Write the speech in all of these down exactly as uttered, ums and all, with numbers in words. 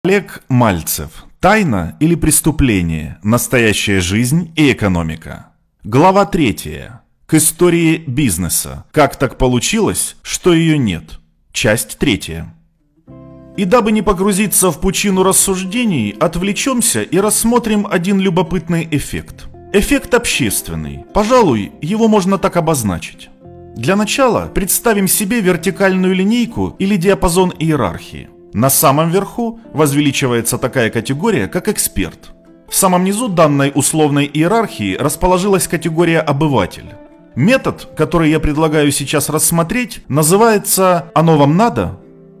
Олег Мальцев. Тайна или преступление? Настоящая жизнь и экономика. Глава третья. К истории бизнеса. Как так получилось, что ее нет? Часть третья. И дабы не погрузиться в пучину рассуждений, отвлечемся и рассмотрим один любопытный эффект. Эффект общественный. Пожалуй, его можно так обозначить. Для начала представим себе вертикальную линейку или диапазон иерархии. На самом верху возвеличивается такая категория, как эксперт. В самом низу данной условной иерархии расположилась категория обыватель. Метод, который я предлагаю сейчас рассмотреть, называется «Оно вам надо?».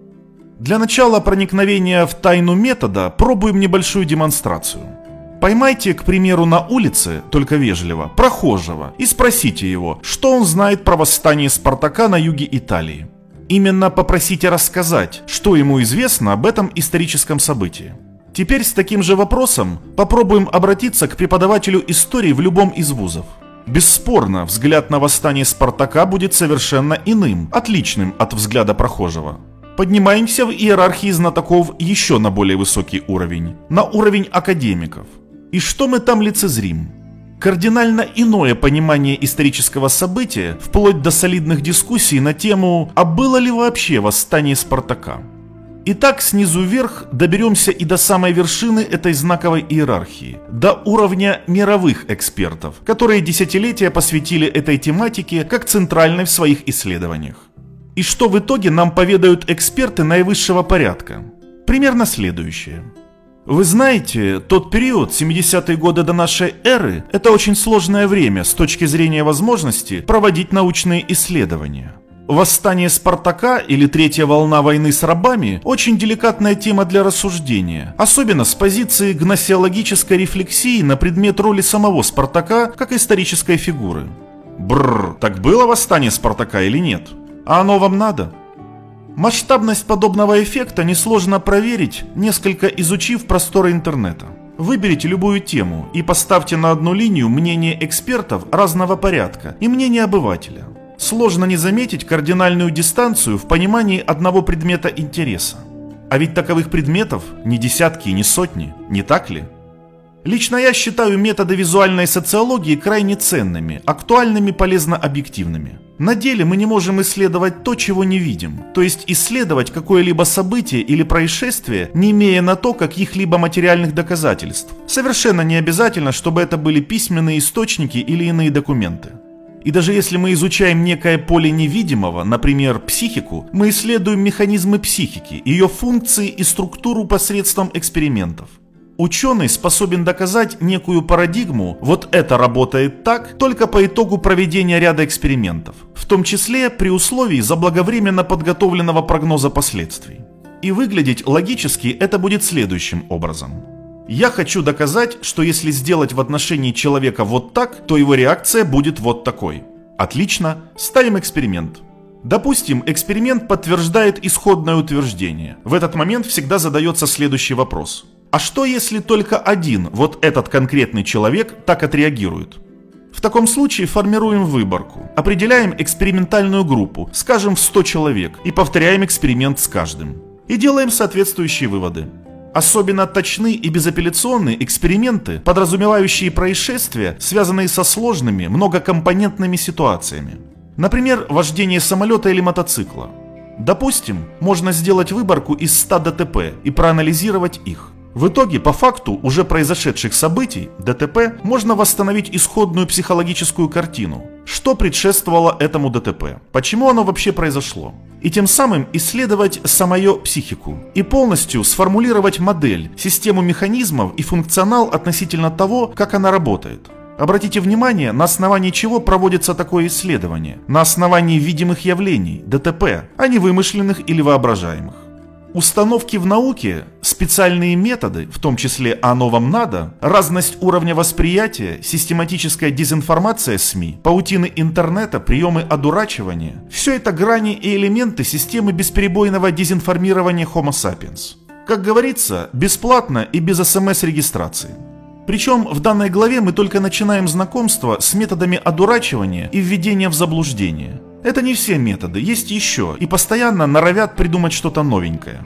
Для начала проникновения в тайну метода пробуем небольшую демонстрацию. Поймайте, к примеру, на улице, только вежливо, прохожего и спросите его, что он знает про восстание Спартака на юге Италии. Именно попросите рассказать, что ему известно об этом историческом событии. Теперь с таким же вопросом попробуем обратиться к преподавателю истории в любом из вузов. Бесспорно, взгляд на восстание Спартака будет совершенно иным, отличным от взгляда прохожего. Поднимаемся в иерархии знатоков еще на более высокий уровень, на уровень академиков. И что мы там лицезрим? Кардинально иное понимание исторического события, вплоть до солидных дискуссий на тему «А было ли вообще восстание Спартака?». Итак, снизу вверх доберемся и до самой вершины этой знаковой иерархии, до уровня мировых экспертов, которые десятилетия посвятили этой тематике как центральной в своих исследованиях. И что в итоге нам поведают эксперты наивысшего порядка? Примерно следующее. Вы знаете, тот период, семидесятые годы до нашей эры, это очень сложное время с точки зрения возможности проводить научные исследования. Восстание Спартака или третья волна войны с рабами – очень деликатная тема для рассуждения, особенно с позиции гносеологической рефлексии на предмет роли самого Спартака как исторической фигуры. Бррр, так было восстание Спартака или нет? А оно вам надо? Масштабность подобного эффекта несложно проверить, несколько изучив просторы интернета. Выберите любую тему и поставьте на одну линию мнение экспертов разного порядка и мнение обывателя. Сложно не заметить кардинальную дистанцию в понимании одного предмета интереса. А ведь таковых предметов не десятки и не сотни, не так ли? Лично я считаю методы визуальной социологии крайне ценными, актуальными, полезно объективными. На деле мы не можем исследовать то, чего не видим, то есть исследовать какое-либо событие или происшествие, не имея на то каких-либо материальных доказательств. Совершенно не обязательно, чтобы это были письменные источники или иные документы. И даже если мы изучаем некое поле невидимого, например, психику, мы исследуем механизмы психики, ее функции и структуру посредством экспериментов. Ученый способен доказать некую парадигму, вот это работает так, только по итогу проведения ряда экспериментов, в том числе при условии заблаговременно подготовленного прогноза последствий. И выглядеть логически это будет следующим образом. Я хочу доказать, что если сделать в отношении человека вот так, то его реакция будет вот такой. Отлично, ставим эксперимент. Допустим, эксперимент подтверждает исходное утверждение. В этот момент всегда задается следующий вопрос. А что если только один, вот этот конкретный человек, так отреагирует? В таком случае формируем выборку, определяем экспериментальную группу, скажем в сто человек, и повторяем эксперимент с каждым. И делаем соответствующие выводы. Особенно точны и безапелляционные эксперименты, подразумевающие происшествия, связанные со сложными, многокомпонентными ситуациями. Например, вождение самолета или мотоцикла. Допустим, можно сделать выборку из ста ДТП и проанализировать их. В итоге, по факту уже произошедших событий, ДТП, можно восстановить исходную психологическую картину. Что предшествовало этому ДТП? Почему оно вообще произошло? И тем самым исследовать самую психику. И полностью сформулировать модель, систему механизмов и функционал относительно того, как она работает. Обратите внимание, на основании чего проводится такое исследование. На основании видимых явлений, ДТП, а не вымышленных или воображаемых. Установки в науке, специальные методы, в том числе «оно вам надо», разность уровня восприятия, систематическая дезинформация СМИ, паутины интернета, приемы одурачивания – все это грани и элементы системы бесперебойного дезинформирования Homo sapiens. Как говорится, бесплатно и без эс эм эс-регистрации. Причем в данной главе мы только начинаем знакомство с методами одурачивания и введения в заблуждение. Это не все методы, есть еще, и постоянно норовят придумать что-то новенькое.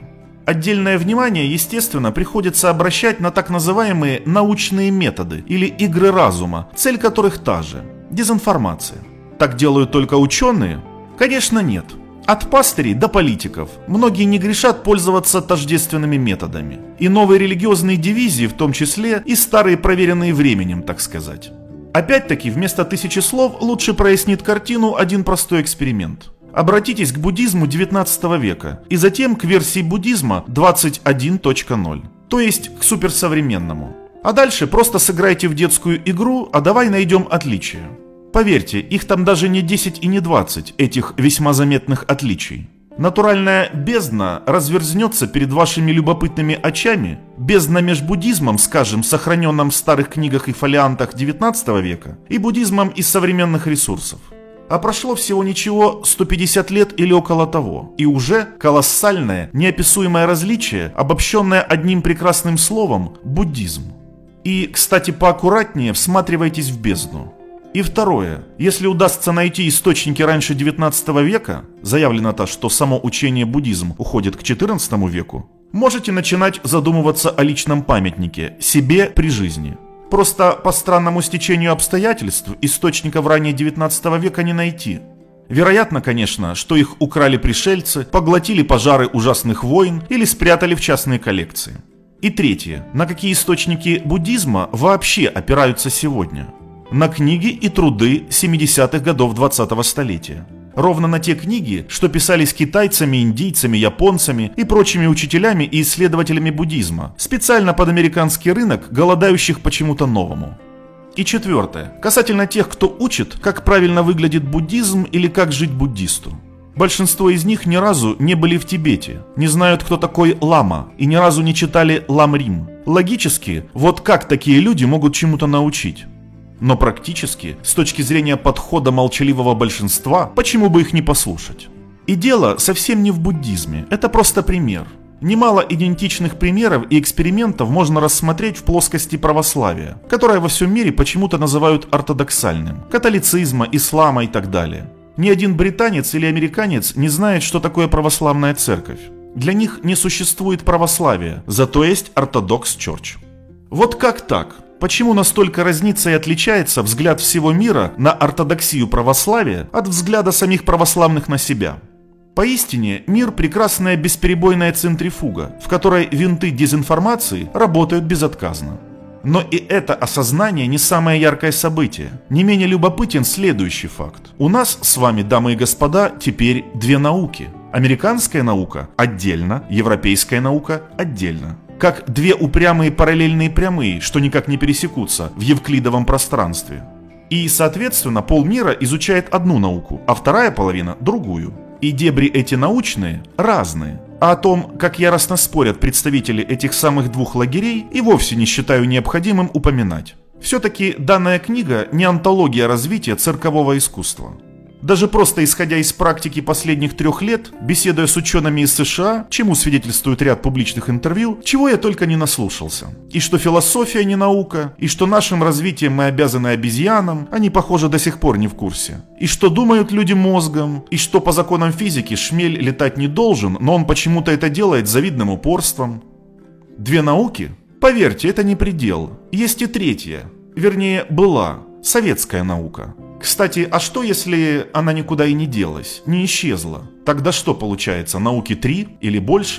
Отдельное внимание, естественно, приходится обращать на так называемые научные методы или игры разума, цель которых та же – дезинформация. Так делают только ученые? Конечно, нет. От пастырей до политиков многие не грешат пользоваться тождественными методами. И новые религиозные дивизии, в том числе и старые проверенные временем, так сказать. Опять-таки, вместо тысячи слов лучше прояснит картину один простой эксперимент. Обратитесь к буддизму девятнадцатого века и затем к версии буддизма двадцать один точка ноль, то есть к суперсовременному. А дальше просто сыграйте в детскую игру, а давай найдем отличия. Поверьте, их там даже не десять и не двадцать, этих весьма заметных отличий. Натуральная бездна разверзнется перед вашими любопытными очами, бездна меж буддизмом, скажем, сохраненным в старых книгах и фолиантах девятнадцатого века, и буддизмом из современных ресурсов. А прошло всего ничего сто пятьдесят лет или около того, и уже колоссальное, неописуемое различие, обобщенное одним прекрасным словом – буддизм. И, кстати, поаккуратнее всматривайтесь в бездну. И второе, если удастся найти источники раньше девятнадцатого века, заявлено-то, что само учение буддизм уходит к четырнадцатому веку, можете начинать задумываться о личном памятнике, себе при жизни. Просто по странному стечению обстоятельств источников ранее девятнадцатого века не найти. Вероятно, конечно, что их украли пришельцы, поглотили пожары ужасных войн или спрятали в частные коллекции. И третье, на какие источники буддизма вообще опираются сегодня? На книги и труды семидесятых годов двадцатого столетия. Ровно на те книги, что писались китайцами, индийцами, японцами и прочими учителями и исследователями буддизма, специально под американский рынок, голодающих почему-то новому. И четвертое, касательно тех, кто учит, как правильно выглядит буддизм или как жить буддисту. Большинство из них ни разу не были в Тибете, не знают, кто такой лама, и ни разу не читали Ламрим. Логически, вот как такие люди могут чему-то научить? Но практически, с точки зрения подхода молчаливого большинства, почему бы их не послушать? И дело совсем не в буддизме, это просто пример. Немало идентичных примеров и экспериментов можно рассмотреть в плоскости православия, которое во всем мире почему-то называют ортодоксальным, католицизма, ислама и так далее. Ни один британец или американец не знает, что такое православная церковь. Для них не существует православия, зато есть Orthodox Church. Вот как так? Почему настолько разнится и отличается взгляд всего мира на ортодоксию православия от взгляда самих православных на себя? Поистине, мир – прекрасная бесперебойная центрифуга, в которой винты дезинформации работают безотказно. Но и это осознание не самое яркое событие. Не менее любопытен следующий факт. У нас с вами, дамы и господа, теперь две науки. Американская наука отдельно, европейская наука отдельно. Как две упрямые параллельные прямые, что никак не пересекутся в евклидовом пространстве. И, соответственно, полмира изучает одну науку, а вторая половина – другую. И дебри эти научные разные. А о том, как яростно спорят представители этих самых двух лагерей, и вовсе не считаю необходимым упоминать. Все-таки данная книга не антология развития циркового искусства. Даже просто исходя из практики последних трех лет, беседуя с учеными из США, чему свидетельствует ряд публичных интервью, чего я только не наслушался. И что философия не наука, и что нашим развитием мы обязаны обезьянам, они, похоже, до сих пор не в курсе. И что думают люди мозгом, и что по законам физики шмель летать не должен, но он почему-то это делает с завидным упорством. Две науки? Поверьте, это не предел. Есть и третья, вернее, была, советская наука. Кстати, а что если она никуда и не делась, не исчезла? Тогда что получается, науки три или больше?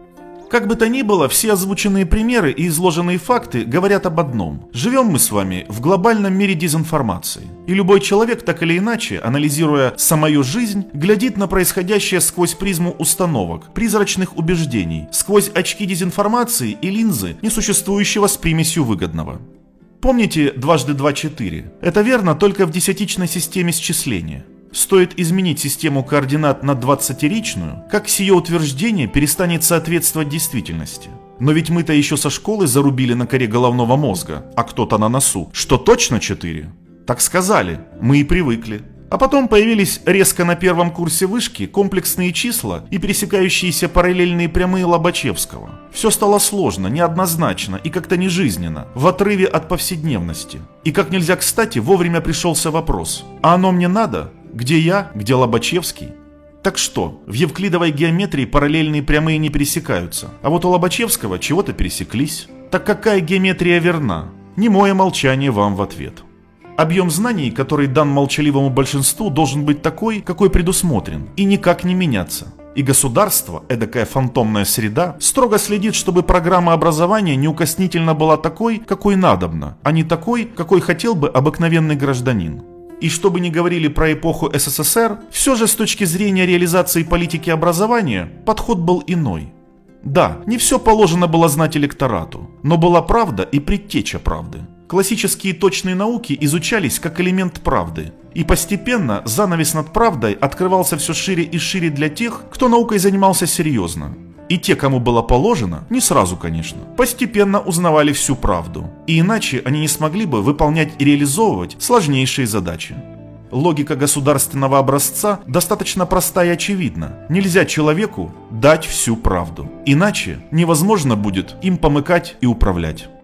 Как бы то ни было, все озвученные примеры и изложенные факты говорят об одном. Живем мы с вами в глобальном мире дезинформации. И любой человек, так или иначе, анализируя самую жизнь, глядит на происходящее сквозь призму установок, призрачных убеждений, сквозь очки дезинформации и линзы, несуществующего с примесью выгодного. Помните дважды два четыре? Это верно только в десятичной системе счисления. Стоит изменить систему координат на двадцатиричную, как сие утверждение перестанет соответствовать действительности. Но ведь мы-то еще со школы зарубили на коре головного мозга, а кто-то на носу, что точно четыре. Так сказали, мы и привыкли. А потом появились резко на первом курсе вышки комплексные числа и пересекающиеся параллельные прямые Лобачевского. Все стало сложно, неоднозначно и как-то нежизненно, в отрыве от повседневности. И как нельзя кстати вовремя пришелся вопрос: а оно мне надо? Где я? Где Лобачевский? Так что, в евклидовой геометрии параллельные прямые не пересекаются, а вот у Лобачевского чего-то пересеклись. Так какая геометрия верна? Немое молчание вам в ответ. Объем знаний, который дан молчаливому большинству, должен быть такой, какой предусмотрен, и никак не меняться. И государство, эдакая фантомная среда, строго следит, чтобы программа образования неукоснительно была такой, какой надобно, а не такой, какой хотел бы обыкновенный гражданин. И что бы ни говорили про эпоху эс эс эс эр, все же с точки зрения реализации политики образования подход был иной. Да, не все положено было знать электорату, но была правда и предтеча правды. Классические точные науки изучались как элемент правды, и постепенно занавес над правдой открывался все шире и шире для тех, кто наукой занимался серьезно. И те, кому было положено, не сразу, конечно, постепенно узнавали всю правду, и иначе они не смогли бы выполнять и реализовывать сложнейшие задачи. Логика государственного образца достаточно проста и очевидна. Нельзя человеку дать всю правду, иначе невозможно будет им помыкать и управлять.